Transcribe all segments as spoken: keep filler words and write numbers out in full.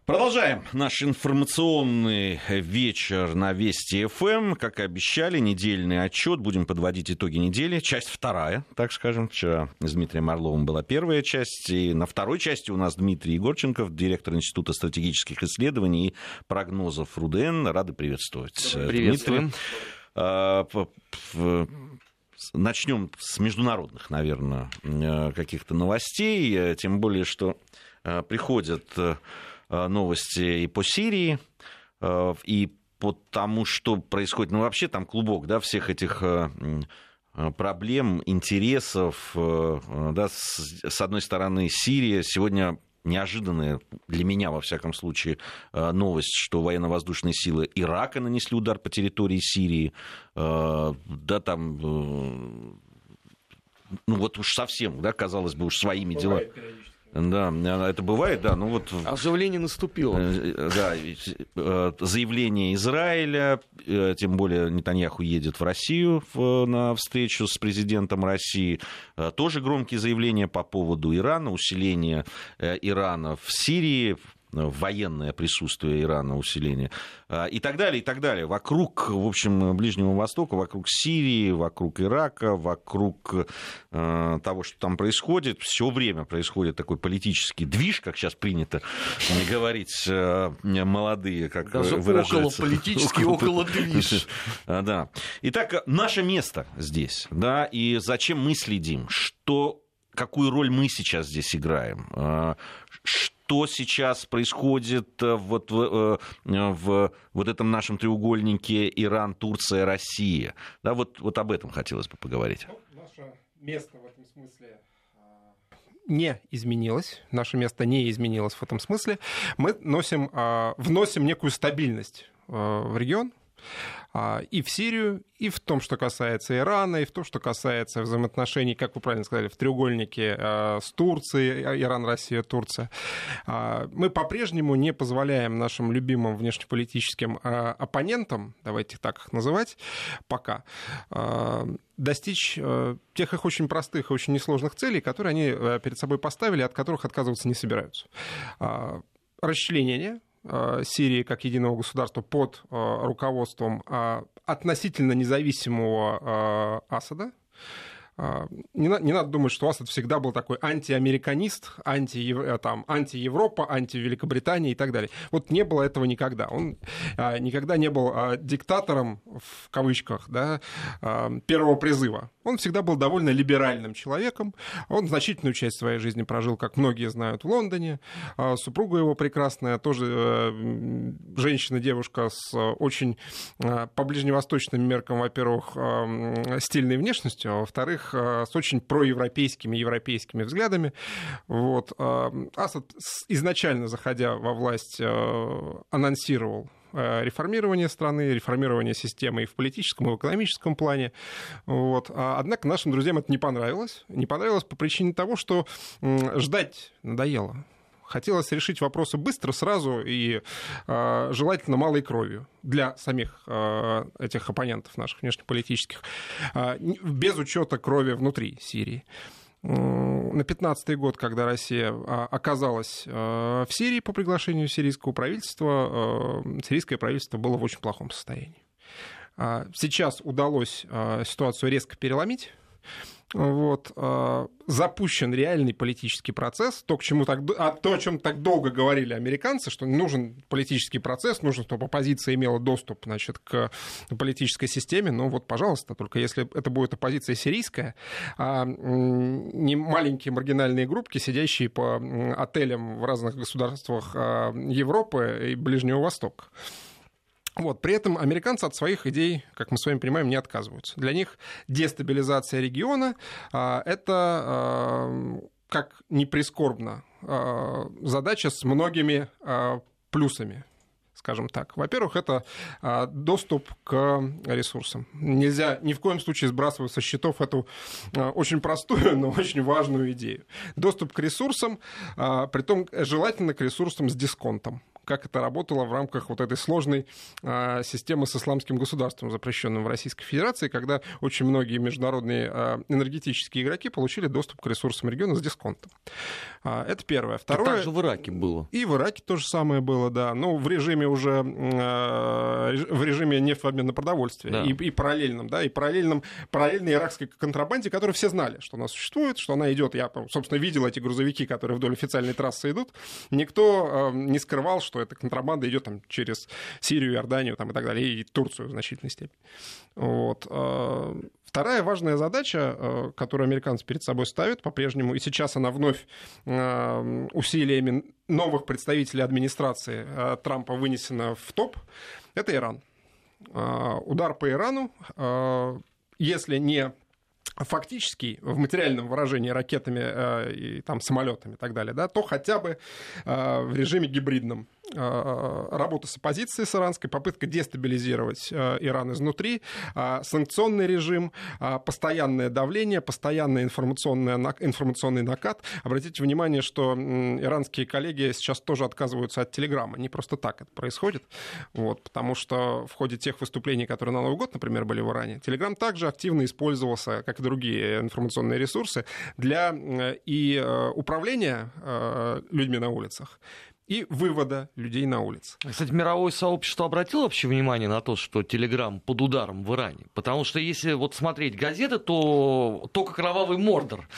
Продолжаем наш информационный вечер на Вести ФМ. Как и обещали, недельный отчет. Будем подводить итоги недели. Часть вторая, так скажем. Вчера с Дмитрием Орловым была первая часть. И на второй части у нас Дмитрий Егорченков, директор Института стратегических исследований и прогнозов РУДН. Рады приветствовать. Приветствуем. Дмитрий. Начнем с международных, наверное, каких-то новостей. Тем более, что приходят новости и по Сирии, и по тому, что происходит. Ну, вообще там клубок, да, всех этих проблем, интересов. Да, с одной стороны, Сирия. Сегодня неожиданная для меня, во всяком случае, новость, что военно-воздушные силы Ирака нанесли удар по территории Сирии. Да, там, ну вот уж совсем, да, казалось бы, уж своими делами. Да, это бывает, да, ну вот... Оживление наступило. Да, заявление Израиля, тем более Нетаньяху едет в Россию на встречу с президентом России, тоже громкие заявления по поводу Ирана, усиления Ирана в Сирии, военное присутствие Ирана, усиление, и так далее, и так далее. Вокруг, в общем, Ближнего Востока, вокруг Сирии, вокруг Ирака, вокруг э, того, что там происходит, все время происходит такой политический движ, как сейчас принято говорить э, молодые, как даже выражаются. Около политический, около движ. Да. Итак, наше место здесь, да, и зачем мы следим, что, какую роль мы сейчас здесь играем, что сейчас происходит вот в, в вот этом нашем треугольнике Иран, Турция, Россия. Да, вот, вот об этом хотелось бы поговорить. Ну, наше место в этом смысле не изменилось. Наше место не изменилось в этом смысле. Мы носим, вносим некую стабильность в регион. И в Сирию, и в том, что касается Ирана, и в том, что касается взаимоотношений, как вы правильно сказали, в треугольнике с Турцией, Иран, Россия, Турция. Мы по-прежнему не позволяем нашим любимым внешнеполитическим оппонентам, давайте так их называть, пока, достичь тех их очень простых и очень несложных целей, которые они перед собой поставили, от которых отказываться не собираются. Расчленение Сирии как единого государства под руководством относительно независимого Асада. Не, на, не надо думать, что Асад всегда был такой антиамериканист, анти, там, анти-Европа, анти-Великобритания и так далее. Вот не было этого никогда. Он а, никогда не был а, диктатором, в кавычках, да, а, первого призыва. Он всегда был довольно либеральным человеком. Он значительную часть своей жизни прожил, как многие знают, в Лондоне. А, супруга его прекрасная, тоже а, женщина, девушка с очень, а, по ближневосточным меркам, во-первых, а, стильной внешностью, а во-вторых, с очень проевропейскими, европейскими взглядами. Вот. Асад, изначально заходя во власть, анонсировал реформирование страны, реформирование системы и в политическом, и в экономическом плане. Вот. Однако нашим друзьям это не понравилось. Не понравилось по причине того, что ждать надоело. Хотелось решить вопросы быстро, сразу и э, желательно малой кровью для самих э, этих оппонентов наших внешнеполитических, э, без учета крови внутри Сирии. На пятнадцатый год, когда Россия оказалась в Сирии по приглашению сирийского правительства, сирийское правительство было в очень плохом состоянии. Сейчас удалось ситуацию резко переломить. Вот, э, запущен реальный политический процесс, то, к чему так, а то, о чем так долго говорили американцы, что нужен политический процесс, нужно, чтобы оппозиция имела доступ, значит, к политической системе. Ну вот, пожалуйста, только если это будет оппозиция сирийская, а не маленькие маргинальные группки, сидящие по отелям в разных государствах Европы и Ближнего Востока. Вот. При этом американцы от своих идей, как мы с вами понимаем, не отказываются. Для них дестабилизация региона а, — это, а, как ни прискорбно, а, задача с многими а, плюсами, скажем так. Во-первых, это а, доступ к ресурсам. Нельзя ни в коем случае сбрасывать со счетов эту а, очень простую, но очень важную идею. Доступ к ресурсам, а, притом желательно к ресурсам с дисконтом, как это работало в рамках вот этой сложной а, системы с исламским государством, запрещенным в Российской Федерации, когда очень многие международные а, энергетические игроки получили доступ к ресурсам региона с дисконтом. А, это первое. Второе... Так же в Ираке было. И в Ираке то же самое было, да. Ну, в режиме уже, а, в режиме нефть в обмен на продовольствие. Да. И, и параллельном, да, и параллельном, параллельной иракской контрабанде, которую все знали, что она существует, что она идет. Я, собственно, видел эти грузовики, которые вдоль официальной трассы идут. Никто э, не скрывал, что эта контрабанда идет там через Сирию, Иорданию там, и так далее, и Турцию в значительной степени. Вот. Вторая важная задача, которую американцы перед собой ставят по-прежнему, и сейчас она вновь усилиями новых представителей администрации Трампа вынесена в топ, это Иран. Удар по Ирану, если не фактически в материальном выражении ракетами э, и там, самолетами и так далее, да, то хотя бы э, в режиме гибридном. Работа с оппозицией с иранской, попытка дестабилизировать Иран изнутри, санкционный режим, постоянное давление, постоянный информационный накат. Обратите внимание, что иранские коллеги сейчас тоже отказываются от телеграмма. Не просто так это происходит, вот, потому что в ходе тех выступлений, которые на Новый год, например, были в Иране, телеграм также активно использовался, как и другие информационные ресурсы, для и управления людьми на улицах, и вывода людей на улицы. Кстати, мировое сообщество обратило вообще внимание на то, что Телеграм под ударом в Иране? Потому что если вот смотреть газеты, то только кровавый Мордор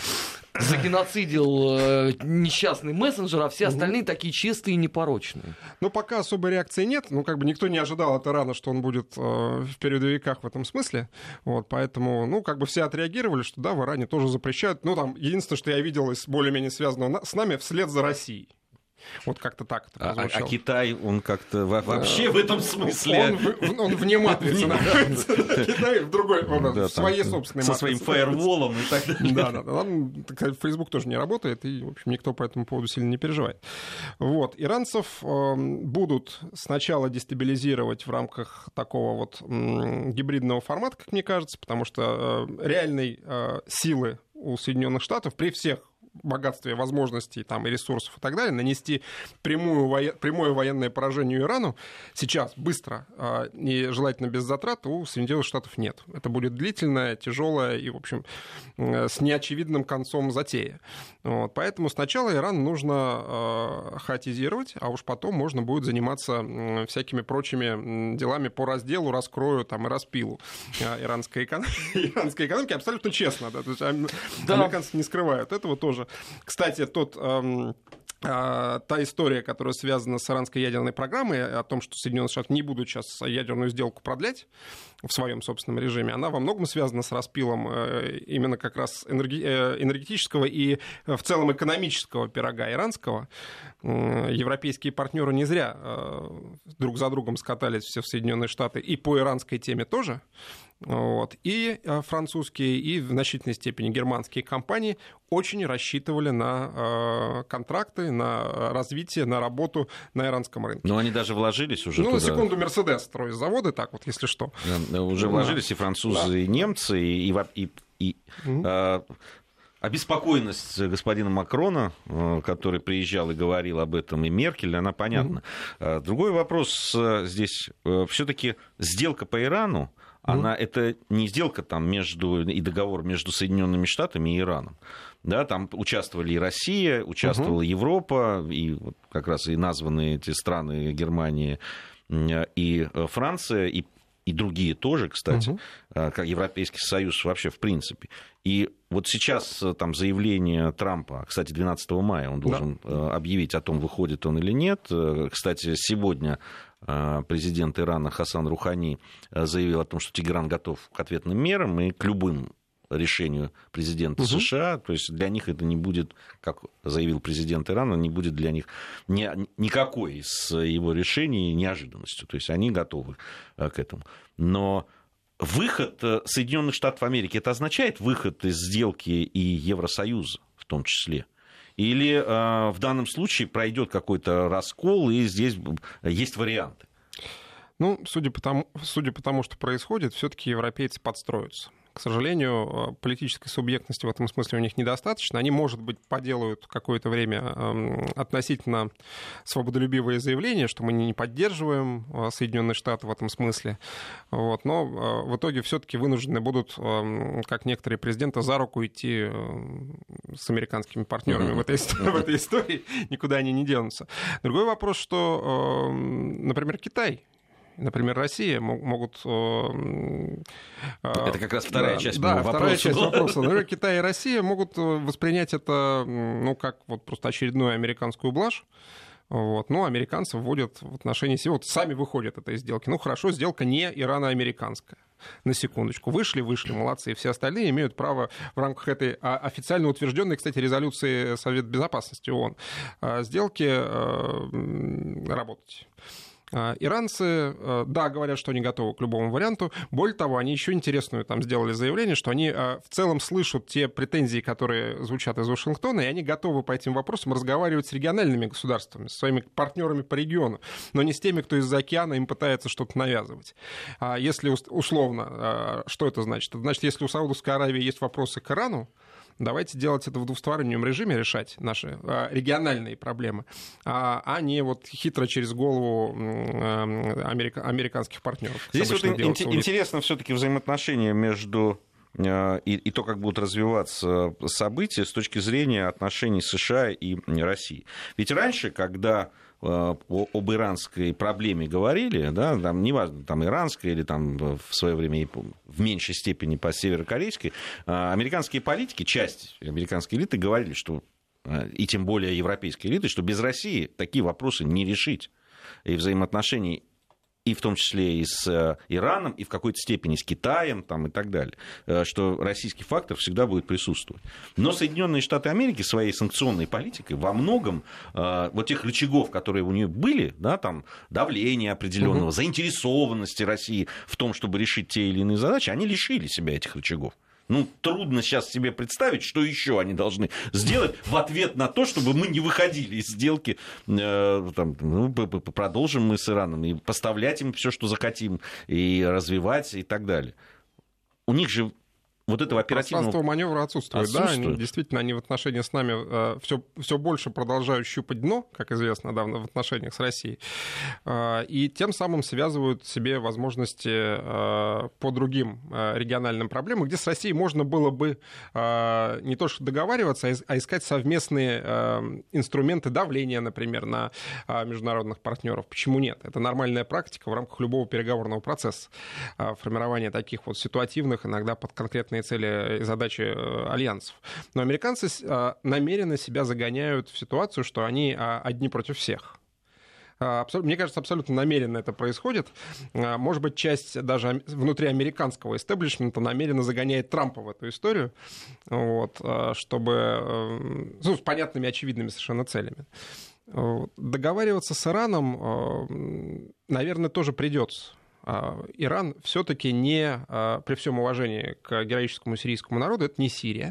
загеноцидил э, несчастный мессенджер, а все остальные такие чистые и непорочные. Ну, пока особой реакции нет. Ну, как бы никто не ожидал от Ирана, что он будет э, в передовиках в этом смысле. Вот, поэтому, ну, как бы все отреагировали, что да, в Иране тоже запрещают. Ну, там, единственное, что я видел из более-менее связанного с нами, вслед за Россией. Вот как-то так это прозвучало. А, а Китай, он как-то вообще в этом смысле... Он, в, он вне матрицы находится. Китай в другой, в своей собственной матрице. Со своим фаерволом и так далее. Да, да, да. Facebook тоже не работает, и, в общем, никто по этому поводу сильно не переживает. Вот. Иранцев будут сначала дестабилизировать в рамках такого вот гибридного формата, как мне кажется, потому что реальной силы у Соединенных Штатов при всех богатстве возможностей там, и ресурсов и так далее, нанести прямую, воен... прямое военное поражение Ирану сейчас, быстро э, и желательно без затрат у Соединенных Штатов нет. Это будет длительная, тяжелая и, в общем, э, с неочевидным концом затея. Вот. Поэтому сначала Иран нужно э, хаотизировать, а уж потом можно будет заниматься э, всякими прочими делами по разделу, раскрою там, и распилу э, иранской, эконом... иранской экономики. Абсолютно честно. Да? То есть, да. Американцы не скрывают этого тоже. Кстати, тот... Эм... та история, которая связана с иранской ядерной программой, о том, что Соединенные Штаты не будут сейчас ядерную сделку продлять в своем собственном режиме, она во многом связана с распилом именно как раз энергетического и в целом экономического пирога иранского. Европейские партнеры не зря друг за другом скатались все в Соединенные Штаты и по иранской теме тоже. Вот. И французские, и в значительной степени германские компании очень рассчитывали на э, контракты, на развитие, на работу на иранском рынке. Но они даже вложились уже ну, туда. Ну, на секунду, Мерседес строит заводы, так вот, если что. Да, уже да. вложились и французы, да. и немцы, и... и, и, и mm-hmm. э, обеспокоенность господина Макрона, который приезжал и говорил об этом, и Меркель, она понятна. Mm-hmm. Другой вопрос здесь. Все-таки сделка по Ирану, она, mm-hmm. это не сделка там между, и договор между Соединенными Штатами и Ираном. Да, там участвовали и Россия, участвовала mm-hmm. Европа, и вот как раз и названы эти страны Германия и Франция, и и другие тоже, кстати, угу. как Европейский Союз вообще в принципе. И вот сейчас там заявление Трампа, кстати, двенадцатого мая он должен да. объявить о том, выходит он или нет. Кстати, сегодня президент Ирана Хасан Рухани заявил о том, что Тегеран готов к ответным мерам и к любым решению президента угу. США, то есть для них это не будет, как заявил президент Ирана, не будет для них ни, никакой из его решений неожиданностью, то есть они готовы к этому. Но выход Соединенных Штатов Америки, это означает выход из сделки и Евросоюза в том числе? Или э, в данном случае пройдет какой-то раскол, и здесь есть варианты? Ну, судя по тому, судя по тому, что происходит, все-таки европейцы подстроятся К сожалению, политической субъектности в этом смысле у них недостаточно. Они, может быть, поделают какое-то время относительно свободолюбивые заявления, что мы не поддерживаем Соединенные Штаты в этом смысле. Вот. Но в итоге все-таки вынуждены будут, как некоторые президенты, за руку идти с американскими партнерами mm-hmm. в, этой, в этой истории. Никуда они не денутся. Другой вопрос, что, например, Китай, например, Россия могут... Это как раз вторая да, часть да, моего вторая вопроса. часть вопроса. Например, Китай и Россия могут воспринять это, ну, как вот просто очередную американскую блажь. Вот. Ну, американцы вводят в отношении себя, вот сами выходят от этой сделки. Ну, хорошо, сделка не ирано-американская. На секундочку. Вышли, вышли, молодцы. И все остальные имеют право в рамках этой официально утвержденной, кстати, резолюции Совета Безопасности ООН сделки работать. Иранцы, да, говорят, что они готовы к любому варианту. Более того, они еще интересную там сделали заявление, что они в целом слышат те претензии, которые звучат из Вашингтона, и они готовы по этим вопросам разговаривать с региональными государствами, со своими партнерами по региону, но не с теми, кто из-за океана им пытается что-то навязывать. Если условно, что это значит? Это значит, если у Саудовской Аравии есть вопросы к Ирану, давайте делать это в двустороннем режиме, решать наши региональные проблемы, а не вот хитро через голову америка- американских партнеров. Здесь вот ин- интересно все-таки взаимоотношения между и, и то, как будут развиваться события с точки зрения отношений США и России. Ведь раньше, когда об иранской проблеме говорили, да, там, неважно, там иранская или там в свое время в меньшей степени по северокорейской, американские политики, часть американской элиты говорили, что, и тем более европейской элиты, что без России такие вопросы не решить. И взаимоотношений и в том числе и с Ираном, и в какой-то степени с Китаем там, и так далее, что российский фактор всегда будет присутствовать. Но Соединенные Штаты Америки своей санкционной политикой во многом вот тех рычагов, которые у нее были, да, там, давление определенного, угу. заинтересованности России в том, чтобы решить те или иные задачи, они лишили себя этих рычагов. Ну, трудно сейчас себе представить, что еще они должны сделать в ответ на то, чтобы мы не выходили из сделки, э, там, ну, продолжим мы с Ираном, и поставлять им все, что захотим, и развивать, и так далее. У них же вот этого оперативного... Пространство маневра отсутствует, отсутствует. Да, они, действительно, они в отношении с нами э, все, все больше продолжают щупать дно, как известно, да, в отношениях с Россией, э, и тем самым связывают себе возможности э, по другим э, региональным проблемам, где с Россией можно было бы э, не то что договариваться, а искать совместные э, инструменты давления, например, на э, международных партнеров. Почему нет? Это нормальная практика в рамках любого переговорного процесса, э, формирования таких вот ситуативных, иногда под конкретные цели и задачи альянсов. Но американцы намеренно себя загоняют в ситуацию, что они одни против всех. Мне кажется, абсолютно намеренно это происходит. Может быть, часть даже внутриамериканского истеблишмента намеренно загоняет Трампа в эту историю, вот, чтобы... Ну, с понятными, очевидными совершенно целями. Договариваться с Ираном, наверное, тоже придется. Иран все-таки не, при всем уважении к героическому сирийскому народу, это не Сирия.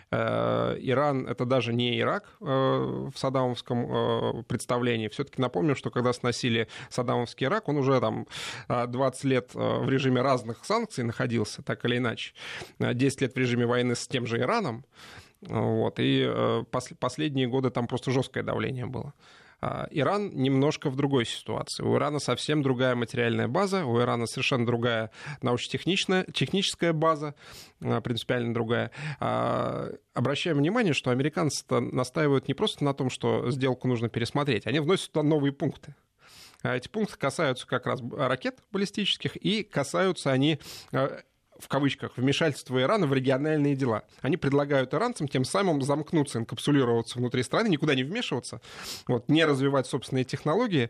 Иран — это даже не Ирак в саддамовском представлении. Все-таки напомню, что когда сносили саддамовский Ирак, он уже там двадцать лет в режиме разных санкций находился, так или иначе. десять лет в режиме войны с тем же Ираном. Вот, и последние годы там просто жесткое давление было. Иран немножко в другой ситуации. У Ирана совсем другая материальная база, у Ирана совершенно другая научно-техническая база, принципиально другая. Обращаем внимание, что американцы настаивают не просто на том, что сделку нужно пересмотреть, они вносят туда новые пункты. Эти пункты касаются как раз ракет баллистических, и касаются они... в кавычках, вмешательство Ирана в региональные дела. Они предлагают иранцам тем самым замкнуться, инкапсулироваться внутри страны, никуда не вмешиваться, вот, не развивать собственные технологии.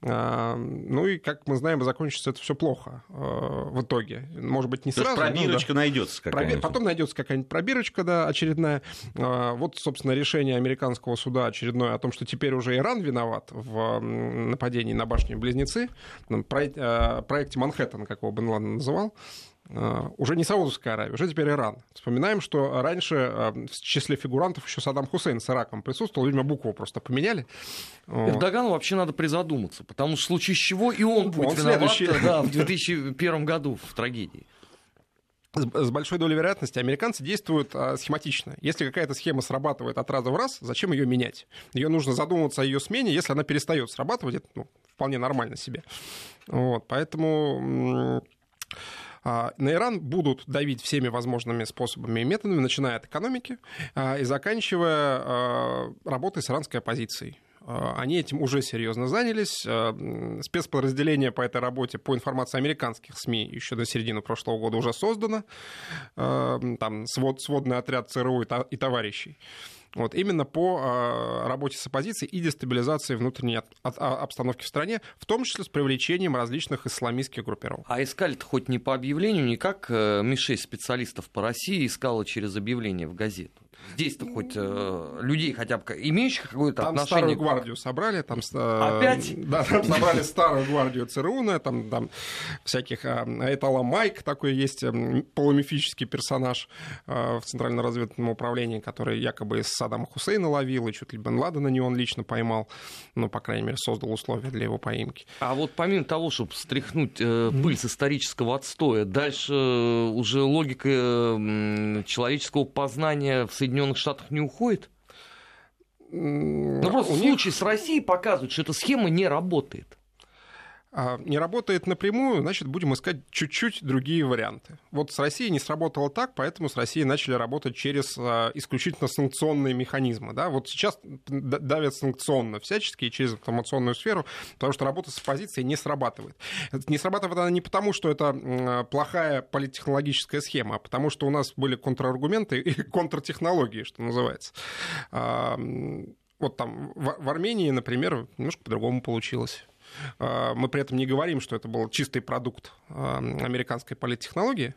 Ну и, как мы знаем, закончится это все плохо в итоге. Может быть, не То сразу. Пробирочка ну, да. найдется какая-нибудь. Потом найдется какая-нибудь пробирочка, да, очередная. Вот, собственно, решение американского суда очередное о том, что теперь уже Иран виноват в нападении на башни-близнецы, проекте Манхэттен, как его Бен Ладен называл. Уже не Саудовская Аравия, уже теперь Иран. Вспоминаем, что раньше в числе фигурантов еще Саддам Хусейн с Ираком присутствовал, видимо, букву просто поменяли. Эрдогану вообще надо призадуматься, потому что в случае чего и он будет он виноват да, в две тысячи первом году в трагедии. с большой долей вероятности американцы действуют а, схематично. Если какая-то схема срабатывает от раза в раз, зачем ее менять? Ее нужно задумываться о ее смене, если она перестает срабатывать, это ну, вполне нормально себе. Вот, поэтому а, на Иран будут давить всеми возможными способами и методами, начиная от экономики а, и заканчивая а, работой с иранской оппозицией. Они этим уже серьезно занялись. Спецподразделение по этой работе, по информации американских СМИ, еще до середины прошлого года уже создано. Там свод, сводный отряд ЦРУ и товарищей. Вот, именно по работе с оппозицией и дестабилизации внутренней обстановки в стране, в том числе с привлечением различных исламистских группировок. А искали-то хоть не по объявлению, не как эм и шесть специалистов по России искала через объявление в газету? Здесь-то хоть э, людей хотя бы имеющих какое-то там отношение... Там старую гвардию собрали. Там, Опять? Да, там собрали старую гвардию ЦРУ, там, там всяких... Айтала Майк, такой есть полумифический персонаж в Центральном разведывательном управлении, который якобы из Саддама Хусейна ловил, и чуть ли Бен Ладена не он лично поймал, ну, по крайней мере, создал условия для его поимки. А вот помимо того, чтобы стряхнуть э, пыль с исторического отстоя, дальше уже логика э, человеческого познания в Соединенных Штатах не уходит? Ну, просто в случае с Россией показывают, что эта схема не работает. Не работает напрямую, значит, будем искать чуть-чуть другие варианты. Вот с Россией не сработало так, поэтому с Россией начали работать через исключительно санкционные механизмы. Да? Вот сейчас давят санкционно всячески и через информационную сферу, потому что работа с оппозицией не срабатывает. Не срабатывает она не потому, что это плохая политтехнологическая схема, а потому что у нас были контраргументы и контртехнологии, что называется. Вот там в Армении, например, немножко по-другому получилось. Мы при этом не говорим, что это был чистый продукт американской политтехнологии,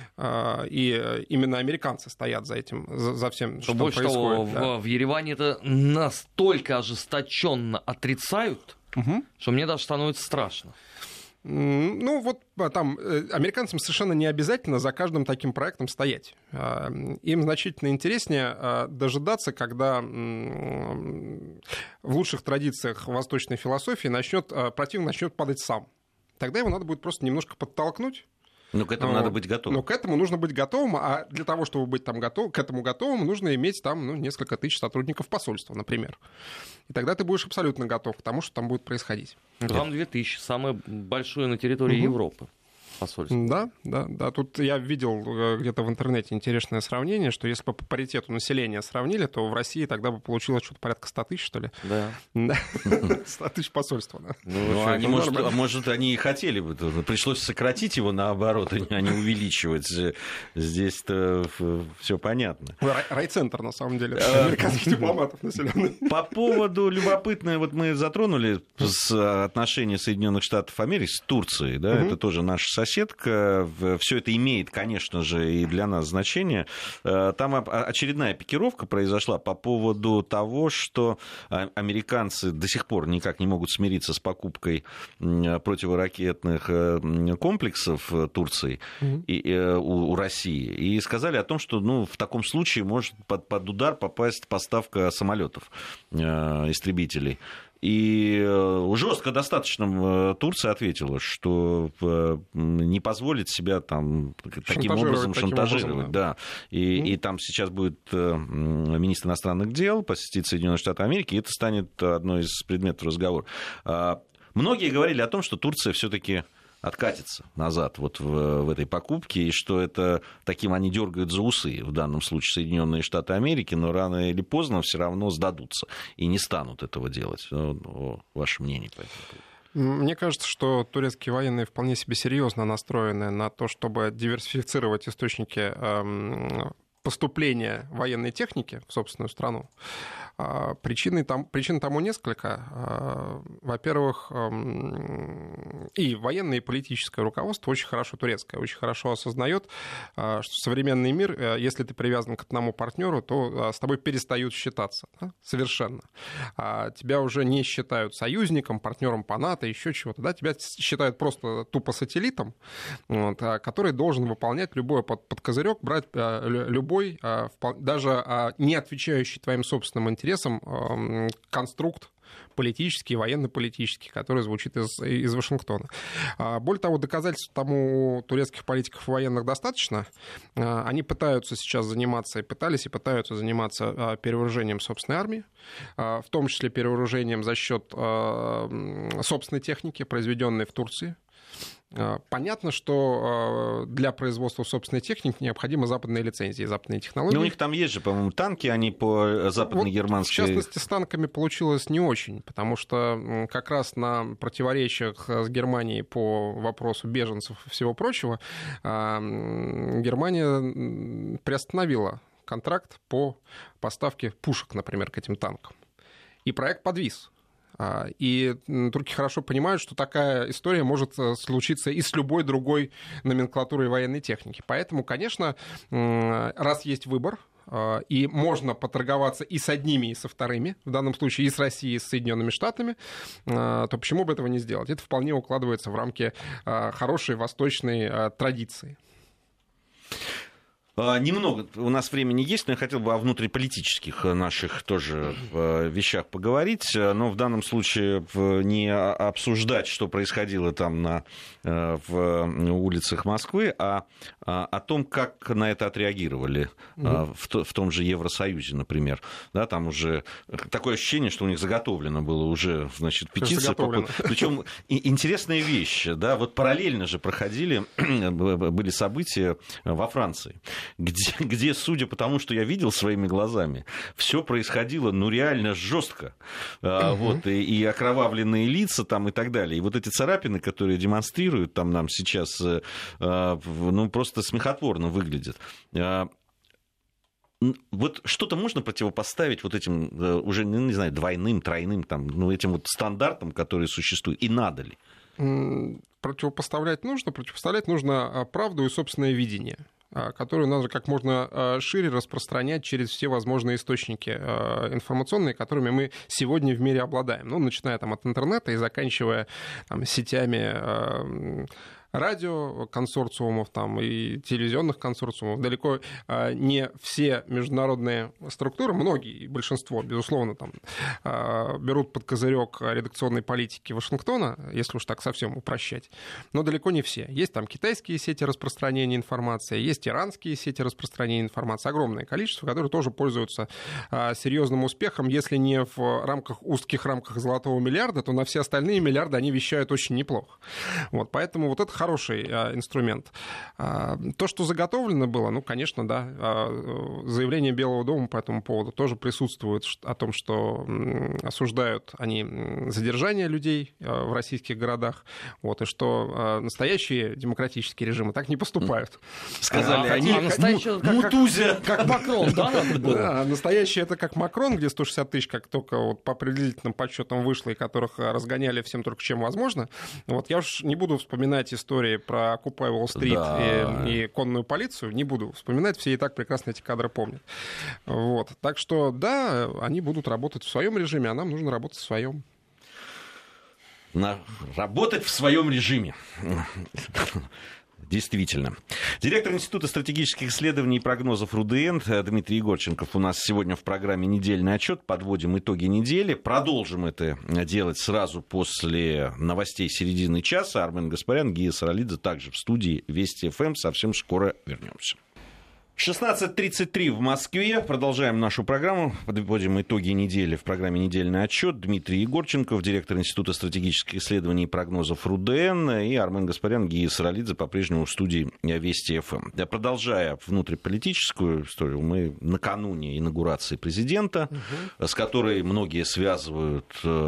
и именно американцы стоят за этим, за всем, что Больше происходит. Того, да. в Ереване это настолько ожесточенно отрицают, угу. что мне даже становится страшно. Ну, вот там американцам совершенно не обязательно за каждым таким проектом стоять. Им значительно интереснее дожидаться, когда в лучших традициях восточной философии начнет, противник начнет падать сам. Тогда его надо будет просто немножко подтолкнуть. Но к этому Но, надо быть готовым. Но к этому нужно быть готовым, а для того, чтобы быть там готов, к этому готовым, нужно иметь там ну, несколько тысяч сотрудников посольства, например. И тогда ты будешь абсолютно готов к тому, что там будет происходить. Там две тысячи, самое большое на территории угу. Европы. Посольство. Да, да, да. Тут я видел где-то в интернете интересное сравнение, что если бы по паритету населения сравнили, то в России тогда бы получилось что-то порядка ста тысяч, что ли? Да. сто тысяч посольства, да. Ну, они, может, может, они и хотели бы, пришлось сократить его наоборот, а не увеличивать. Здесь-то все понятно. Райцентр, на самом деле, американских дипломатов населенный. По поводу любопытного, вот мы затронули с отношения Соединенных Штатов Америки с Турцией, да, это тоже наша соседка. Соседка, все это имеет, конечно же, и для нас значение. Там очередная пикировка произошла по поводу того, что американцы до сих пор никак не могут смириться с покупкой противоракетных комплексов Турции mm-hmm. и, у, у России. И сказали о том, что ну, в таком случае может под, под удар попасть поставка самолетов, истребителей. И жестко достаточно Турция ответила, что не позволит себя там таким образом таким шантажировать. Образом, да. Да. И, mm. и там сейчас будет министр иностранных дел посетить Соединенные Штаты Америки, и это станет одной из предметов разговора. Многие говорили о том, что Турция все-таки откатится назад вот в, в этой покупке, и что это таким они дергают за усы, в данном случае Соединенные Штаты Америки, но рано или поздно все равно сдадутся и не станут этого делать. Ну, ваше мнение по этому? Мне кажется, что турецкие военные вполне себе серьезно настроены на то, чтобы диверсифицировать источники эм, поступления военной техники в собственную страну. Причины, там, причин тому несколько. Во-первых, и военное, и политическое руководство очень хорошо турецкое, очень хорошо осознает, что современный мир, если ты привязан к одному партнеру, то с тобой перестают считаться. Да? Совершенно. Тебя уже не считают союзником, партнером по НАТО, еще чего-то. Да? Тебя считают просто тупо сателлитом, вот, который должен выполнять любой под, под козырек, брать любой, даже не отвечающий твоим собственным интересам, конструкт политический, военно-политический, который звучит из, из Вашингтона. Более того, доказательств тому у турецких политиков и военных достаточно. Они пытаются сейчас заниматься, и пытались, и пытаются заниматься перевооружением собственной армии, в том числе перевооружением за счет собственной техники, произведенной в Турции. Понятно, что для производства собственной техники необходимы западные лицензии, западные технологии. Но у них там есть же, по-моему, танки, они по западно-германской... Вот, в частности, с танками получилось не очень, потому что как раз на противоречиях с Германией по вопросу беженцев и всего прочего Германия приостановила контракт по поставке пушек, например, к этим танкам. И проект подвис. И турки хорошо понимают, что такая история может случиться и с любой другой номенклатурой военной техники. Поэтому, конечно, раз есть выбор, и можно поторговаться и с одними, и со вторыми, в данном случае и с Россией, и с Соединенными Штатами, то почему бы этого не сделать? Это вполне укладывается в рамки хорошей восточной традиции. Немного у нас времени есть, но я хотел бы о внутриполитических наших тоже вещах поговорить, но в данном случае не обсуждать, что происходило там на, в улицах Москвы, а о том, как на это отреагировали mm-hmm. в, в том же Евросоюзе, например. Да, там уже такое ощущение, что у них заготовлено было уже, значит, петиция. Причем интересная вещь, да, вот параллельно же проходили, были события во Франции. Где, где, судя по тому, что я видел своими глазами, все происходило, ну, реально жестко. А, вот, и, и окровавленные лица там и так далее. И вот эти царапины, которые демонстрируют там нам сейчас, а, ну, просто смехотворно выглядят. А, вот что-то можно противопоставить вот этим уже, ну, не знаю, двойным, тройным, там, ну, этим вот стандартам, которые существуют, и надо ли? Противопоставлять нужно, противопоставлять нужно правду и собственное видение, которую надо как можно шире распространять через все возможные источники информационные, которыми мы сегодня в мире обладаем. Ну, начиная там от интернета и заканчивая там сетями радиоконсорциумов там, и телевизионных консорциумов. Далеко не все международные структуры, многие, большинство, безусловно, там, берут под козырек редакционной политики Вашингтона, если уж так совсем упрощать, но далеко не все. Есть там китайские сети распространения информации, есть иранские сети распространения информации, огромное количество, которые тоже пользуются серьезным успехом, если не в рамках, узких рамках золотого миллиарда, то на все остальные миллиарды они вещают очень неплохо. Вот, поэтому вот это хороший а, инструмент. А, то, что заготовлено было, ну, конечно, да, а, заявление Белого дома по этому поводу тоже присутствует о том, что м, осуждают они задержание людей а, в российских городах, вот, и что а, настоящие демократические режимы так не поступают. Сказали а, они, настоящие, как, Мутузя. Как, как Макрон, да, надо было? Да, настоящие это как Макрон, где сто шестьдесят тысяч, как только вот по определительным подсчетам вышло, и которых разгоняли всем только чем возможно. Вот, я уж не буду вспоминать историю про Occupy Wall Street да. и, и конную полицию, не буду вспоминать, все и так прекрасно эти кадры помнят. Вот. Так что, да, они будут работать в своем режиме, а нам нужно работать в своем. На... Работать в своем режиме. Действительно. Директор Института стратегических исследований и прогнозов РУДН Дмитрий Егорченков у нас сегодня в программе «Недельный отчет». Подводим итоги недели. Продолжим это делать сразу после новостей середины часа. Армен Гаспарян, Гия Саралидзе также в студии Вести ФМ. Совсем скоро вернемся. шестнадцать тридцать три в Москве. Продолжаем нашу программу. Подводим итоги недели в программе «Недельный отчет». Дмитрий Егорченков, директор Института стратегических исследований и прогнозов РУДН, и Армен Гаспарян, Гия Саралидзе по-прежнему в студии Вести ФМ. Продолжая внутриполитическую историю, мы накануне инаугурации президента, угу. с которой многие связывают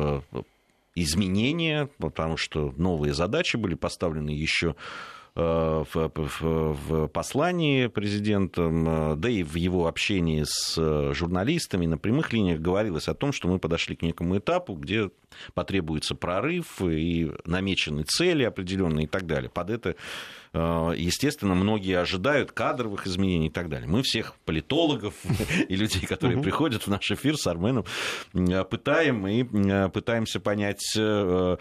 изменения, потому что новые задачи были поставлены еще В, в, в послании президента, да и в его общении с журналистами на прямых линиях говорилось о том, что мы подошли к некому этапу, где потребуется прорыв и намечены цели определенные и так далее. Под это, естественно, многие ожидают кадровых изменений и так далее. Мы всех политологов и людей, которые uh-huh. приходят в наш эфир с Арменом, пытаем и пытаемся понять, что,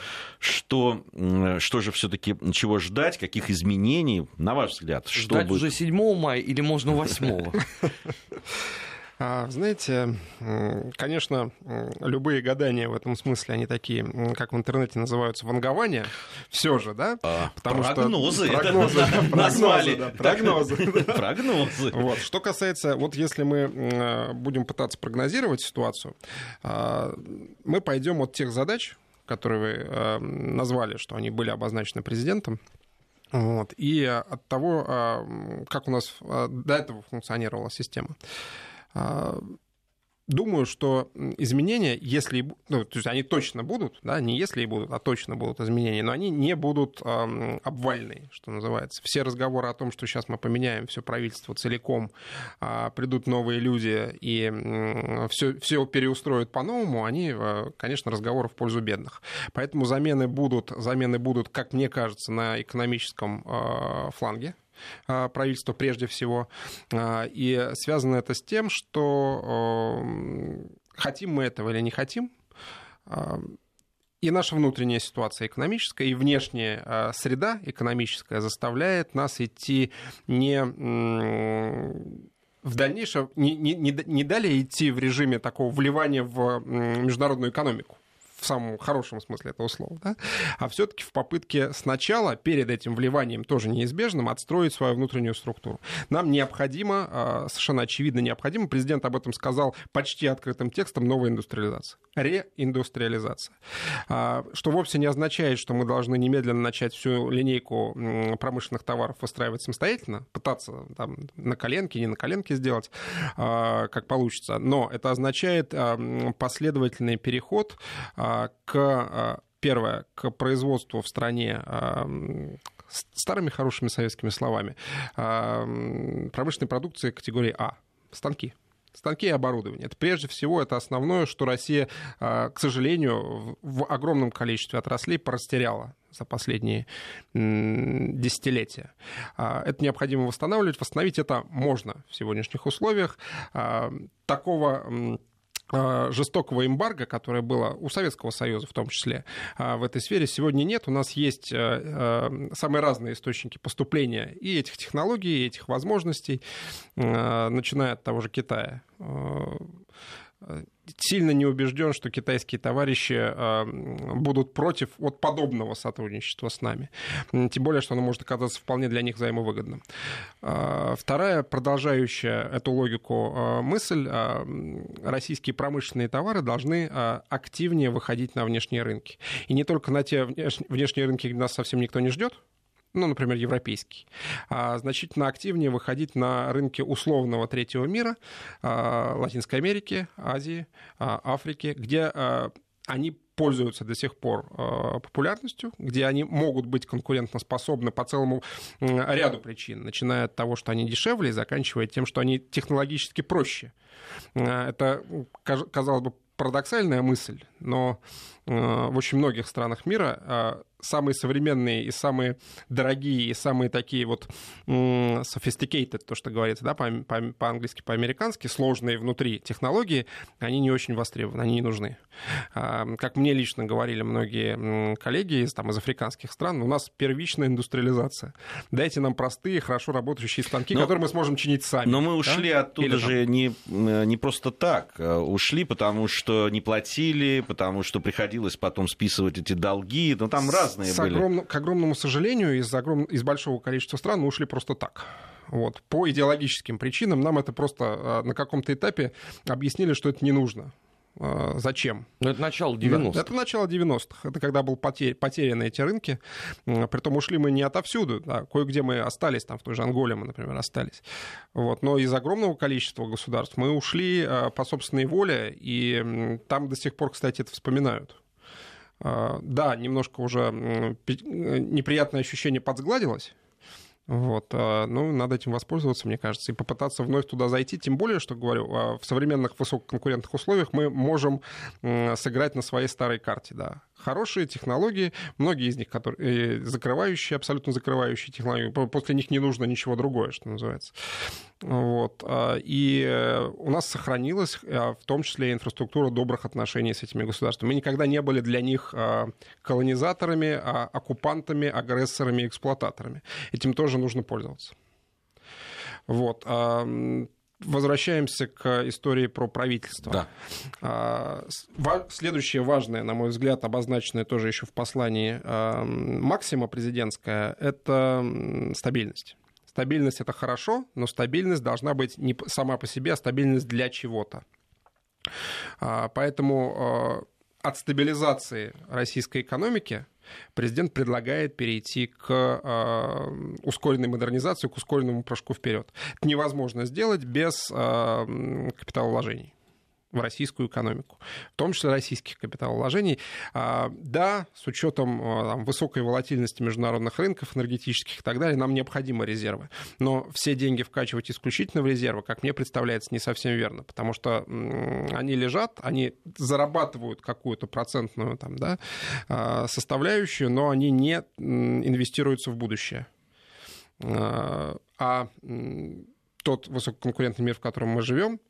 что же все-таки, чего ждать, каких изменений, на ваш взгляд. Ждать чтобы... уже седьмого мая или можно восьмого? Знаете, конечно, любые гадания в этом смысле, они такие, как в интернете называются, вангования, все же, да? А, Потому прогнозы. Что, прогнозы, назвали. Да, прогнозы. Прогнозы. Вот. Что касается, вот если мы будем пытаться прогнозировать ситуацию, мы пойдем от тех задач, которые вы назвали, что они были обозначены президентом. Вот. И от того, как у нас до этого функционировала система. Думаю, что изменения, если, ну, то есть они точно будут, да, не если и будут, а точно будут изменения, но они не будут эм, обвальные, что называется. Все разговоры о том, что сейчас мы поменяем все правительство целиком, э, придут новые люди и э, все, все переустроят по-новому, они, э, конечно, разговоры в пользу бедных. Поэтому замены будут, замены будут, как мне кажется, на экономическом э, фланге правительства прежде всего. И связано это с тем, что хотим мы этого или не хотим, и наша внутренняя ситуация экономическая, и внешняя среда экономическая заставляет нас идти не в дальнейшем, не, не, не далее идти в режиме такого вливания в международную экономику, в самом хорошем смысле этого слова, да? А все-таки в попытке сначала, перед этим вливанием, тоже неизбежным, отстроить свою внутреннюю структуру. Нам необходимо, совершенно очевидно необходимо, президент об этом сказал почти открытым текстом, новая индустриализация, реиндустриализация. Что вовсе не означает, что мы должны немедленно начать всю линейку промышленных товаров выстраивать самостоятельно, пытаться там, на коленке, не на коленке сделать, как получится. Но это означает последовательный переход к, первое, к производству в стране, старыми хорошими советскими словами, промышленной продукции категории А, станки. Станки и оборудование. Это прежде всего это основное, что Россия, к сожалению, в огромном количестве отраслей порастеряла за последние десятилетия. Это необходимо восстанавливать. Восстановить это можно в сегодняшних условиях. Такого жестокого эмбарго, которое было у Советского Союза в том числе в этой сфере, сегодня нет. У нас есть самые разные источники поступления и этих технологий, и этих возможностей, начиная от того же Китая. Сильно не убежден, что китайские товарищи будут против вот подобного сотрудничества с нами. Тем более, что оно может оказаться вполне для них взаимовыгодным. Вторая, продолжающая эту логику мысль, российские промышленные товары должны активнее выходить на внешние рынки. И не только на те внешние рынки, где нас совсем никто не ждет, ну, например, европейский, а значительно активнее выходить на рынки условного третьего мира, Латинской Америки, Азии, Африки, где они пользуются до сих пор популярностью, где они могут быть конкурентоспособны по целому ряду причин, начиная от того, что они дешевле, и заканчивая тем, что они технологически проще. Это, казалось бы, парадоксальная мысль, но в очень многих странах мира самые современные и самые дорогие, и самые такие вот sophisticated, то, что говорится, да, по-английски, по-американски, сложные внутри технологии, они не очень востребованы, они не нужны. Как мне лично говорили многие коллеги из, там, из африканских стран, у нас первичная индустриализация. Дайте нам простые, хорошо работающие станки, но, которые мы сможем чинить сами. Но мы ушли да? оттуда Или, же там... не, не просто так. Ушли, потому что не платили, потому что приходилось потом списывать эти долги. Но там разные С были. Огром... К огромному сожалению, из, огром... из большого количества стран мы ушли просто так. Вот. По идеологическим причинам нам это просто на каком-то этапе объяснили, что это не нужно. Зачем? Но это начало девяностых. Да, это начало девяностых. Это когда был потер... потеряны эти рынки. Притом ушли мы не отовсюду. Да. Кое-где мы остались, там в той же Анголе мы, например, остались. Вот. Но из огромного количества государств мы ушли по собственной воле, и там до сих пор, кстати, это вспоминают. Да, немножко уже неприятное ощущение подсгладилось. Вот, ну, надо этим воспользоваться, мне кажется, и попытаться вновь туда зайти. Тем более, что, говорю, в современных высококонкурентных условиях мы можем сыграть на своей старой карте, да. Хорошие технологии, многие из них, которые закрывающие, абсолютно закрывающие технологии, после них не нужно ничего другое, что называется. Вот. И у нас сохранилась в том числе инфраструктура добрых отношений с этими государствами. Мы никогда не были для них колонизаторами, оккупантами, агрессорами, эксплуататорами. Этим тоже нужно пользоваться. Вот. Возвращаемся к истории про правительство. Да. Следующее важное, на мой взгляд, обозначенное тоже еще в послании максима президентская, это стабильность. Стабильность — это хорошо, но стабильность должна быть не сама по себе, а стабильность для чего-то. Поэтому от стабилизации российской экономики президент предлагает перейти к э, ускоренной модернизации, к ускоренному прыжку вперед. Это невозможно сделать без э, капиталовложений в российскую экономику, в том числе российских капиталовложений. А, да, с учетом там, высокой волатильности международных рынков, энергетических и так далее, нам необходимы резервы. Но все деньги вкачивать исключительно в резервы, как мне представляется, не совсем верно, потому что м, они лежат, они зарабатывают какую-то процентную там, да, составляющую, но они не инвестируются в будущее. А тот высококонкурентный мир, в котором мы живем,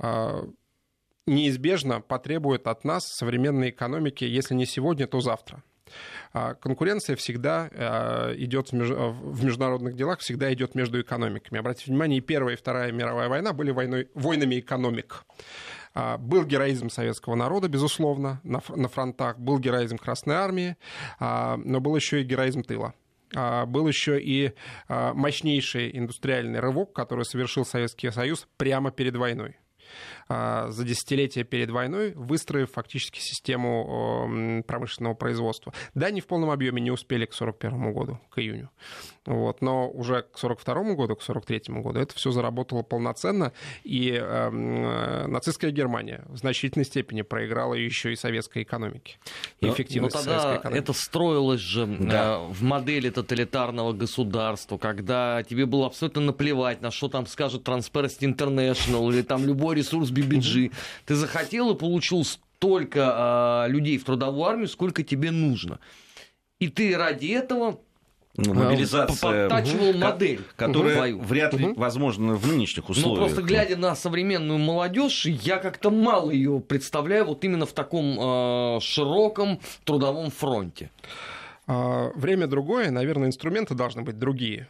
неизбежно потребует от нас современной экономики, если не сегодня, то завтра. Конкуренция всегда идет в международных делах, всегда идет между экономиками. Обратите внимание, и Первая, и Вторая мировая война были войной, войнами экономик. Был героизм советского народа, безусловно, на фронтах, был героизм Красной Армии, но был еще и героизм тыла. Был еще и мощнейший индустриальный рывок, который совершил Советский Союз прямо перед войной. За десятилетия перед войной, выстроив фактически систему промышленного производства. Да, не в полном объеме, не успели к сорок первому году, к июню. Вот, но уже к сорок второму году, к сорок третьему году это все заработало полноценно, и э, нацистская Германия в значительной степени проиграла еще и советской экономике. И эффективность но, но тогда советской экономики. Это строилось же да. в модели тоталитарного государства, когда тебе было абсолютно наплевать, на что там скажет Transparency International или там любой ресурс би би джи. Ты захотел и получил столько э, людей в трудовую армию, сколько тебе нужно. И ты ради этого... Мобилизация, подтачивал модель, которая твою. вряд ли возможна в нынешних условиях. Ну, просто глядя на современную молодежь, я как-то мало ее представляю вот именно в таком э, широком трудовом фронте. Время другое, наверное, инструменты должны быть другие.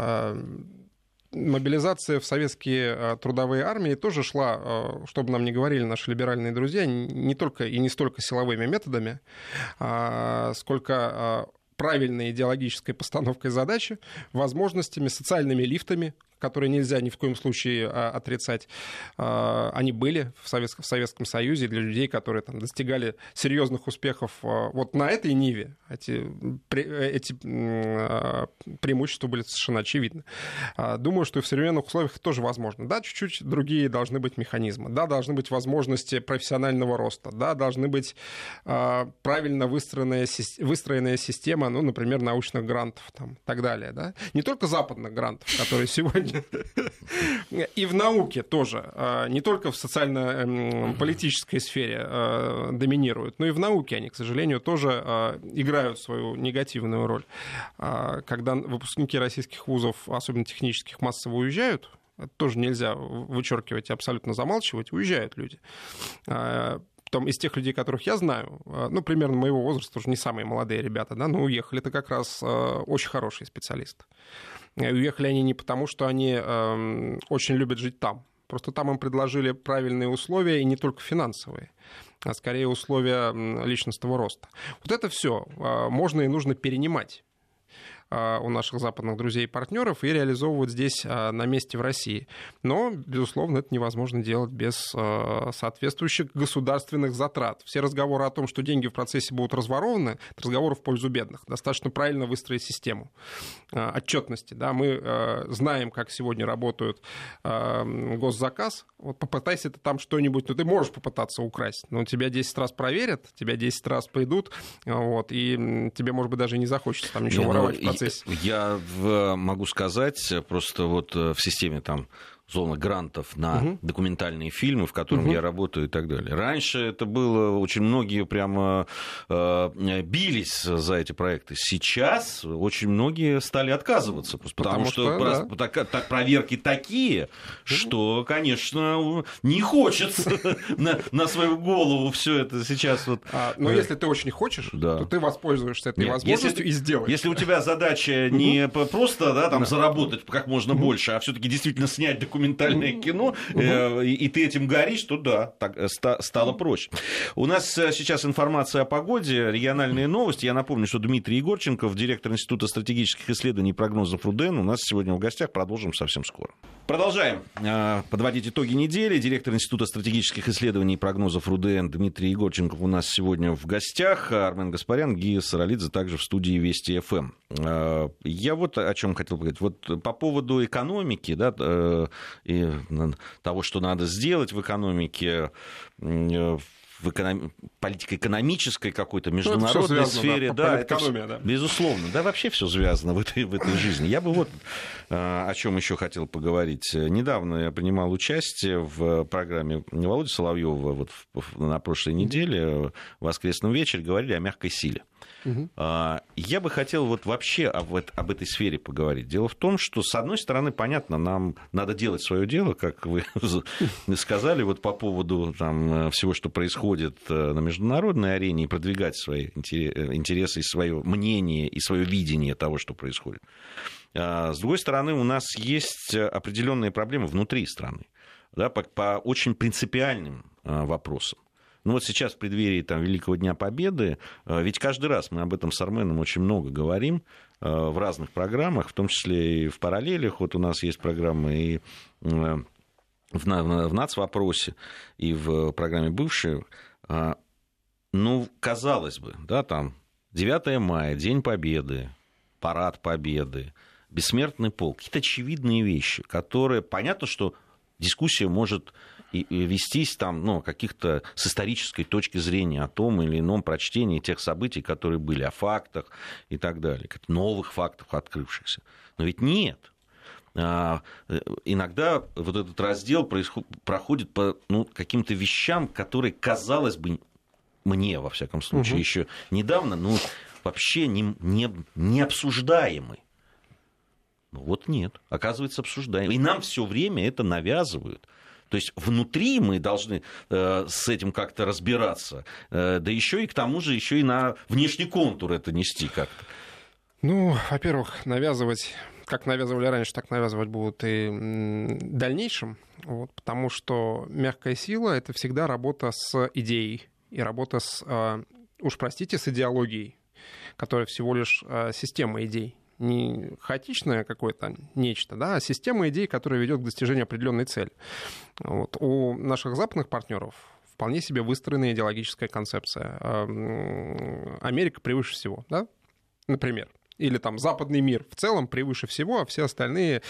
Мобилизация в советские трудовые армии тоже шла, чтобы нам не говорили наши либеральные друзья, не только и не столько силовыми методами, сколько правильной идеологической постановкой задачи, возможностями, социальными лифтами, которые нельзя ни в коем случае отрицать. Они были в Советском, в Советском Союзе для людей, которые там достигали серьезных успехов вот на этой ниве. Эти, эти преимущества были совершенно очевидны. Думаю, что и в современных условиях это тоже возможно. Да, чуть-чуть другие должны быть механизмы. Да, должны быть возможности профессионального роста. Да, должны быть правильно выстроенная, выстроенная система, ну, например, научных грантов там, и так далее. Да? Не только западных грантов, которые сегодня и в науке тоже, не только в социально-политической сфере доминируют, но и в науке они, к сожалению, тоже играют свою негативную роль. Когда выпускники российских вузов, особенно технических, массово уезжают, это тоже нельзя вычеркивать и абсолютно замалчивать, уезжают люди. Там, из тех людей, которых я знаю, ну, примерно моего возраста, уже не самые молодые ребята, да, но уехали, это как раз очень хорошие специалисты. И уехали они не потому, что они э, очень любят жить там. Просто там им предложили правильные условия, и не только финансовые, а скорее условия личностного роста. Вот это все э, можно и нужно перенимать у наших западных друзей и партнеров и реализовывать здесь на месте в России. Но, безусловно, это невозможно делать без соответствующих государственных затрат. Все разговоры о том, что деньги в процессе будут разворованы, это разговоры в пользу бедных. Достаточно правильно выстроить систему отчетности. Да, мы знаем, как сегодня работают госзаказ. Вот попытайся ты там что-нибудь, ну ты можешь попытаться украсть, но тебя десять раз проверят, тебя десять раз придут, вот, и тебе, может быть, даже не захочется там ничего воровать в процессе. Я могу сказать, просто вот в системе там зона грантов на угу. документальные фильмы, в котором угу. я работаю и так далее. Раньше это было, очень многие прямо э, бились за эти проекты. Сейчас очень многие стали отказываться, потому, потому что, что да. так, так, проверки такие, угу. что, конечно, не хочется на, на свою голову все это сейчас. Вот. А, но если ты очень хочешь, да. то ты воспользуешься этой Нет, возможностью если, и сделаешь. Если у тебя задача не просто да, там, заработать как можно больше, а все-таки действительно снять документы, документальное кино, э, и, и ты этим горишь, то да, так, ста, стало проще. У нас сейчас информация о погоде, региональные новости. Я напомню, что Дмитрий Егорченков, директор Института стратегических исследований и прогнозов РУДН, у нас сегодня в гостях. Продолжим совсем скоро. Продолжаем э, подводить итоги недели. Директор Института стратегических исследований и прогнозов РУДН Дмитрий Егорченков у нас сегодня в гостях. Армен Гаспарян, Гия Саралидзе также в студии Вести ФМ. Э, я вот о чем хотел поговорить. Вот по поводу экономики, да, э, и того, что надо сделать в экономике, э, в эконом... политико-экономической какой-то международной связано, сфере. Да, да, это все, да, безусловно. Да, вообще все связано в этой, в этой жизни. Я бы вот о чем еще хотел поговорить. Недавно я принимал участие в программе Володи Соловьева вот на прошлой неделе, в воскресном вечере, говорили о мягкой силе. Угу. Я бы хотел вот вообще об, об этой сфере поговорить. Дело в том, что, с одной стороны, понятно, нам надо делать свое дело, как вы сказали, вот по поводу там, всего, что происходит на международной арене, и продвигать свои интересы, свое мнение и свое видение того, что происходит. С другой стороны, у нас есть определенные проблемы внутри страны, да, по, по очень принципиальным вопросам. Ну вот сейчас в преддверии там, Великого Дня Победы, ведь каждый раз мы об этом с Арменом очень много говорим в разных программах, в том числе и в параллелях. Вот у нас есть программы и в нацвопросе, и в программе «Бывшие». Ну, казалось бы, да, там девятое мая, День Победы, Парад Победы, Бессмертный полк, какие-то очевидные вещи, которые, понятно, что дискуссия может и вестись там, ну, каких-то с исторической точки зрения о том или ином прочтении тех событий, которые были, о фактах и так далее, новых фактов открывшихся. Но ведь нет. Иногда вот этот раздел происходит, проходит по ну, каким-то вещам, которые, казалось бы, мне, во всяком случае, угу. еще недавно, ну, вообще не, не, не обсуждаемы. Ну, вот нет, оказывается, обсуждаем. И нам все время это навязывают. То есть внутри мы должны э, с этим как-то разбираться, э, да еще и к тому же еще и на внешний контур это нести как-то. Ну, во-первых, навязывать, как навязывали раньше, так навязывать будут и в дальнейшем, вот, потому что мягкая сила — это всегда работа с идеей и работа с, э, уж простите, с идеологией, которая всего лишь э, система идей. Не хаотичное какое-то нечто, да, а система идей, которая ведет к достижению определенной цели. Вот. У наших западных партнеров вполне себе выстроенная идеологическая концепция. Америка превыше всего, да, например. Или там западный мир в целом превыше всего, а все остальные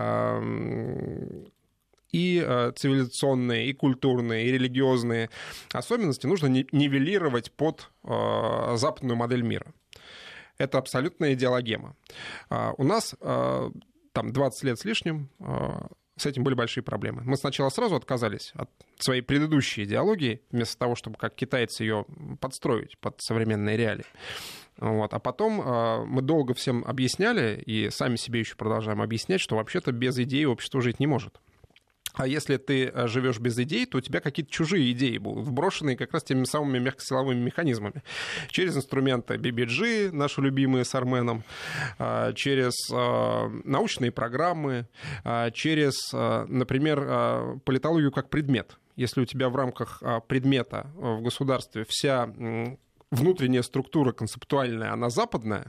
и цивилизационные, и культурные, и религиозные особенности нужно нивелировать под западную модель мира. Это абсолютная идеологема. У нас там двадцать лет с лишним с этим были большие проблемы. Мы сначала сразу отказались от своей предыдущей идеологии, вместо того, чтобы как китайцы ее подстроить под современные реалии. Вот. А потом мы долго всем объясняли, и сами себе еще продолжаем объяснять, что вообще-то без идеи общество жить не может. А если ты живешь без идей, то у тебя какие-то чужие идеи будут вброшенные как раз теми самыми мягкосиловыми механизмами. Через инструменты би би джи, наши любимые с Арменом, через научные программы, через, например, политологию как предмет. Если у тебя в рамках предмета в государстве вся внутренняя структура концептуальная, она западная,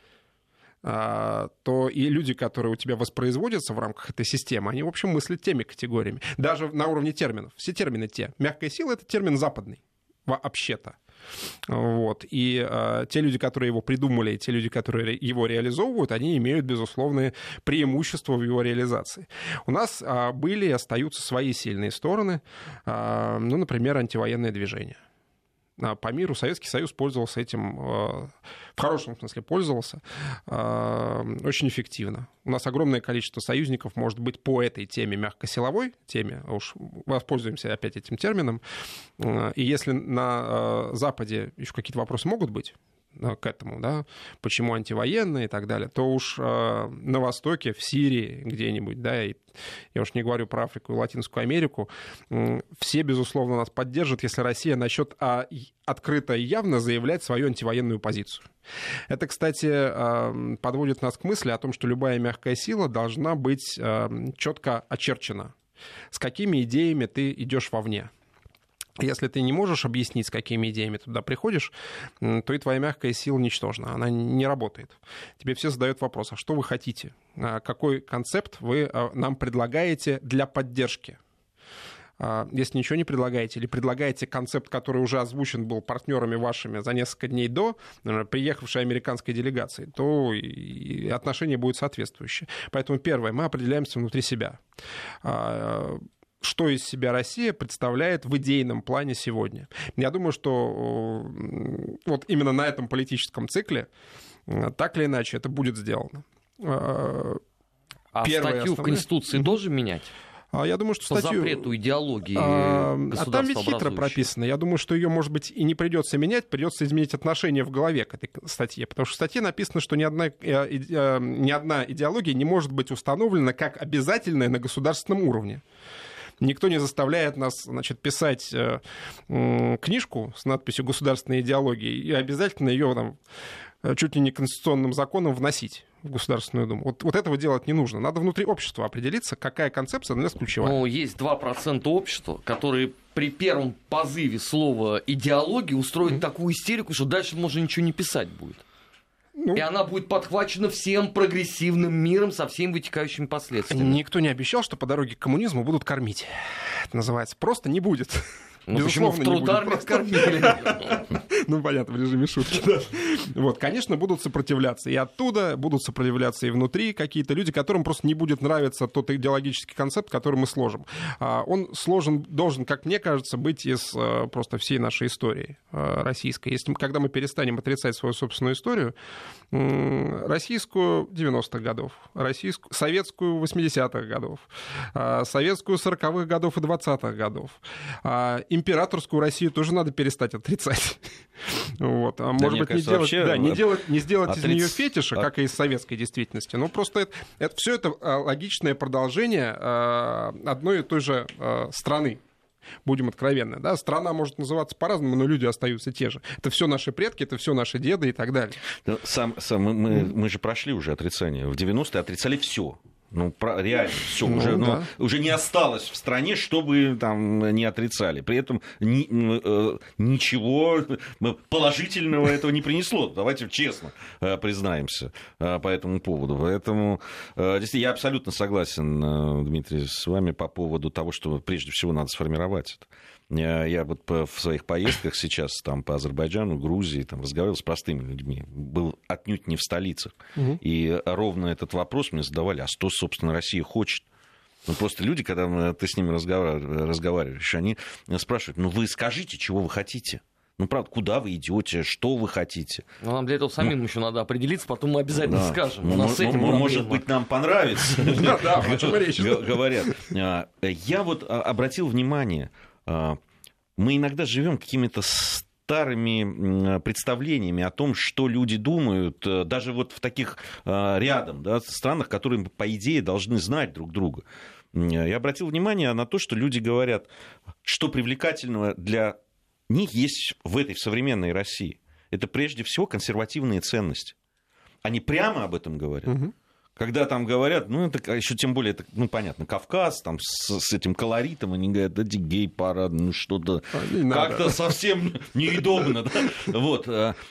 то и люди, которые у тебя воспроизводятся в рамках этой системы, они, в общем, мыслят теми категориями. Даже на уровне терминов. Все термины те. Мягкая сила — это термин западный, вообще-то. Вот. И э, те люди, которые его придумали, и те люди, которые его реализовывают, они имеют безусловные преимущества в его реализации. У нас э, были и остаются свои сильные стороны, э, ну, например, антивоенное движение. По миру Советский Союз пользовался этим, в хорошем смысле пользовался, очень эффективно. У нас огромное количество союзников может быть по этой теме, мягкосиловой теме, уж воспользуемся опять этим термином. И если на Западе еще какие-то вопросы могут быть, к этому, да, почему антивоенные и так далее, то уж э, на Востоке, в Сирии где-нибудь, да, и я уж не говорю про Африку и Латинскую Америку, э, все, безусловно, нас поддержат, если Россия начнет а, открыто и явно заявлять свою антивоенную позицию. Это, кстати, э, подводит нас к мысли о том, что любая мягкая сила должна быть э, четко очерчена. С какими идеями ты идешь вовне. Если ты не можешь объяснить, с какими идеями ты туда приходишь, то и твоя мягкая сила ничтожна, она не работает. Тебе все задают вопрос, а что вы хотите? Какой концепт вы нам предлагаете для поддержки? Если ничего не предлагаете, или предлагаете концепт, который уже озвучен был партнерами вашими за несколько дней до приехавшей американской делегации, то и отношение будет соответствующее. Поэтому первое, мы определяемся внутри себя. Что из себя Россия представляет в идейном плане сегодня. Я думаю, что вот именно на этом политическом цикле так или иначе это будет сделано. А Первое статью основное... в Конституции mm-hmm. должен менять? Я думаю, что по статью... запрету идеологии а, а там ведь хитро прописано. Я думаю, что ее, может быть, и не придется менять, придется изменить отношение в голове к этой статье. Потому что в статье написано, что ни одна, ни одна идеология не может быть установлена как обязательная на государственном уровне. Никто не заставляет нас, значит, писать э, э, книжку с надписью «Государственная идеология» и обязательно ее там, чуть ли не конституционным законом вносить в Государственную Думу. Вот, вот этого делать не нужно. Надо внутри общества определиться, какая концепция для нас ключевая. Ну, есть два процента общества, которые при первом позыве слова «идеология» устроят mm-hmm. такую истерику, что дальше можно ничего не писать будет. Ну, и она будет подхвачена всем прогрессивным миром со всеми вытекающими последствиями. Никто не обещал, что по дороге к коммунизму будут кормить. Это называется. Просто не будет. Ну почему в трудармии кормили? Ну, понятно, в режиме шутки, да. Вот, конечно, будут сопротивляться и оттуда, будут сопротивляться и внутри какие-то люди, которым просто не будет нравиться тот идеологический концепт, который мы сложим. Он сложен, должен, как мне кажется, быть из просто всей нашей истории российской. Если, когда мы перестанем отрицать свою собственную историю, российскую девяностых годов, российскую, советскую восьмидесятых годов, советскую сороковых годов и двадцатых годов, императорскую Россию тоже надо перестать отрицать. Вот. А да, может быть, кажется, не, делать, да, не делать, не сделать отриц... из нее фетиша, как и из советской действительности. Но просто это, это, все это логичное продолжение одной и той же страны. Будем откровенны. Да? Страна может называться по-разному, но люди остаются те же. Это все наши предки, это все наши деды и так далее. Сам, сам, мы, мы, мы же прошли уже отрицание. В девяностые отрицали все. Ну, реально, все, ну, уже, да. ну, уже не осталось в стране, чтобы там не отрицали. При этом ни, э, ничего положительного этого не принесло. Давайте честно э, признаемся э, по этому поводу. Поэтому, э, действительно, я абсолютно согласен, э, Дмитрий, с вами по поводу того, что прежде всего надо сформировать это. Я вот в своих поездках сейчас там, по Азербайджану, Грузии там, разговаривал с простыми людьми. Был отнюдь не в столицах. Угу. И ровно этот вопрос мне задавали, а что, собственно, Россия хочет? Ну, просто люди, когда ты с ними разговариваешь, они спрашивают, ну, вы скажите, чего вы хотите? Ну, правда, куда вы идете, что вы хотите? Ну, нам для этого самим ну, еще надо определиться, потом мы обязательно да. скажем. У нас ну, с этим может быть, нам понравится. Да, о чем речь? Говорят. Я вот обратил внимание... Мы иногда живем какими-то старыми представлениями о том, что люди думают, даже вот в таких рядом да, странах, которые, по идее, должны знать друг друга. Я обратил внимание на то, что люди говорят, что привлекательного для них есть в этой в современной России. Это прежде всего консервативные ценности. Они прямо об этом говорят. Угу. Когда там говорят, ну, это еще тем более, это, ну, понятно, Кавказ, там, с, с этим колоритом, они говорят, да, гей-парад, ну, что-то а, как-то совсем неудобно, да, вот.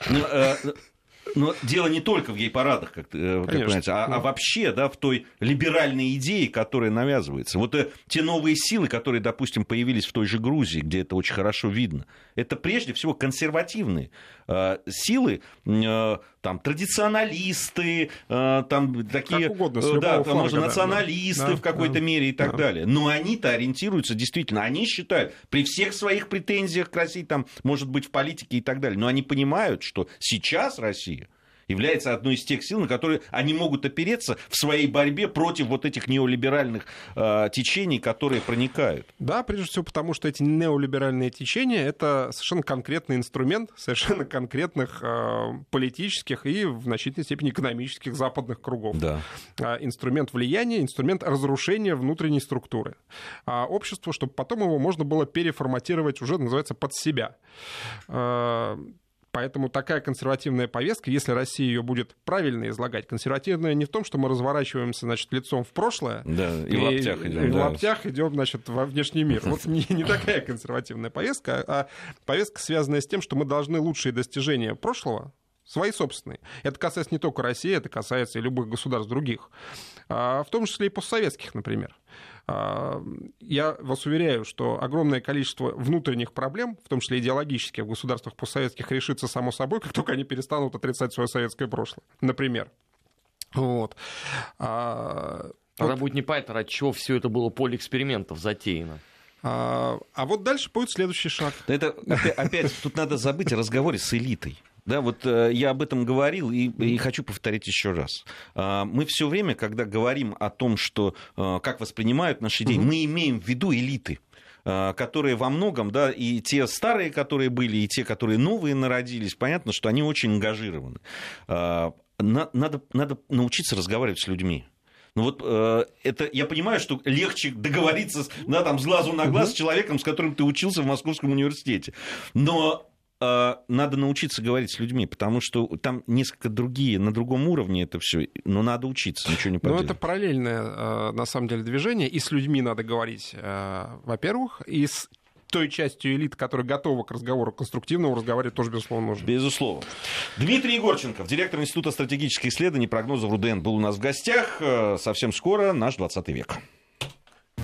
Но дело не только в гей-парадах, как, как понимаете, а, а вообще, да, в той либеральной идее, которая навязывается. Вот э, те новые силы, которые, допустим, появились в той же Грузии, где это очень хорошо видно, это прежде всего консервативные э, силы, э, там, традиционалисты, э, там, такие, как угодно, э, да, там, может, националисты да, в какой-то да, мере и так да. далее. Но они-то ориентируются действительно, они считают, при всех своих претензиях к России, там, может быть, в политике и так далее, но они понимают, что сейчас Россия является одной из тех сил, на которые они могут опереться в своей борьбе против вот этих неолиберальных э, течений, которые проникают. Да, прежде всего потому, что эти неолиберальные течения — это совершенно конкретный инструмент совершенно конкретных э, политических и в значительной степени экономических западных кругов. Да. Э, инструмент влияния, инструмент разрушения внутренней структуры. А общество, чтобы потом его можно было переформатировать уже, называется, под себя. Э, Поэтому такая консервативная повестка, если Россия ее будет правильно излагать, консервативная не в том, что мы разворачиваемся, значит, лицом в прошлое, да, и, и в лаптях идем, и в да. лаптях идем, значит, во внешний мир. Вот не, не такая консервативная повестка, а повестка, связанная с тем, что мы должны лучшие достижения прошлого, свои собственные. Это касается не только России, это касается и любых государств других, в том числе и постсоветских, например. Я вас уверяю, что огромное количество внутренних проблем, в том числе идеологических, в государствах постсоветских решится само собой, как только они перестанут отрицать свое советское прошлое, например. Вот. А, Тогда вот. будет непонятно, ради чего все это было поле экспериментов затеяно. А, а вот дальше будет следующий шаг. Это опять, опять тут надо забыть о разговоре с элитой. Да, вот э, я об этом говорил и, и хочу повторить еще раз. Э, мы все время, когда говорим о том, что э, как воспринимают наши идеи, угу. мы имеем в виду элиты, э, которые во многом, да, и те старые, которые были, и те, которые новые народились, понятно, что они очень ангажированы. Э, на, надо, надо научиться разговаривать с людьми. Ну вот э, это я понимаю, что легче договориться да, там, с глазу на глаз угу. с человеком, с которым ты учился в Московском университете. Но надо научиться говорить с людьми, потому что там несколько другие, на другом уровне это все, но надо учиться, ничего не поделать. Ну, это параллельное, на самом деле, движение, и с людьми надо говорить, во-первых, и с той частью элит, которая готова к разговору конструктивному, разговаривать тоже, безусловно, нужно. Безусловно. Дмитрий Егорченков, директор Института стратегических исследований, прогнозов РУДН, был у нас в гостях. Совсем скоро наш двадцатый век.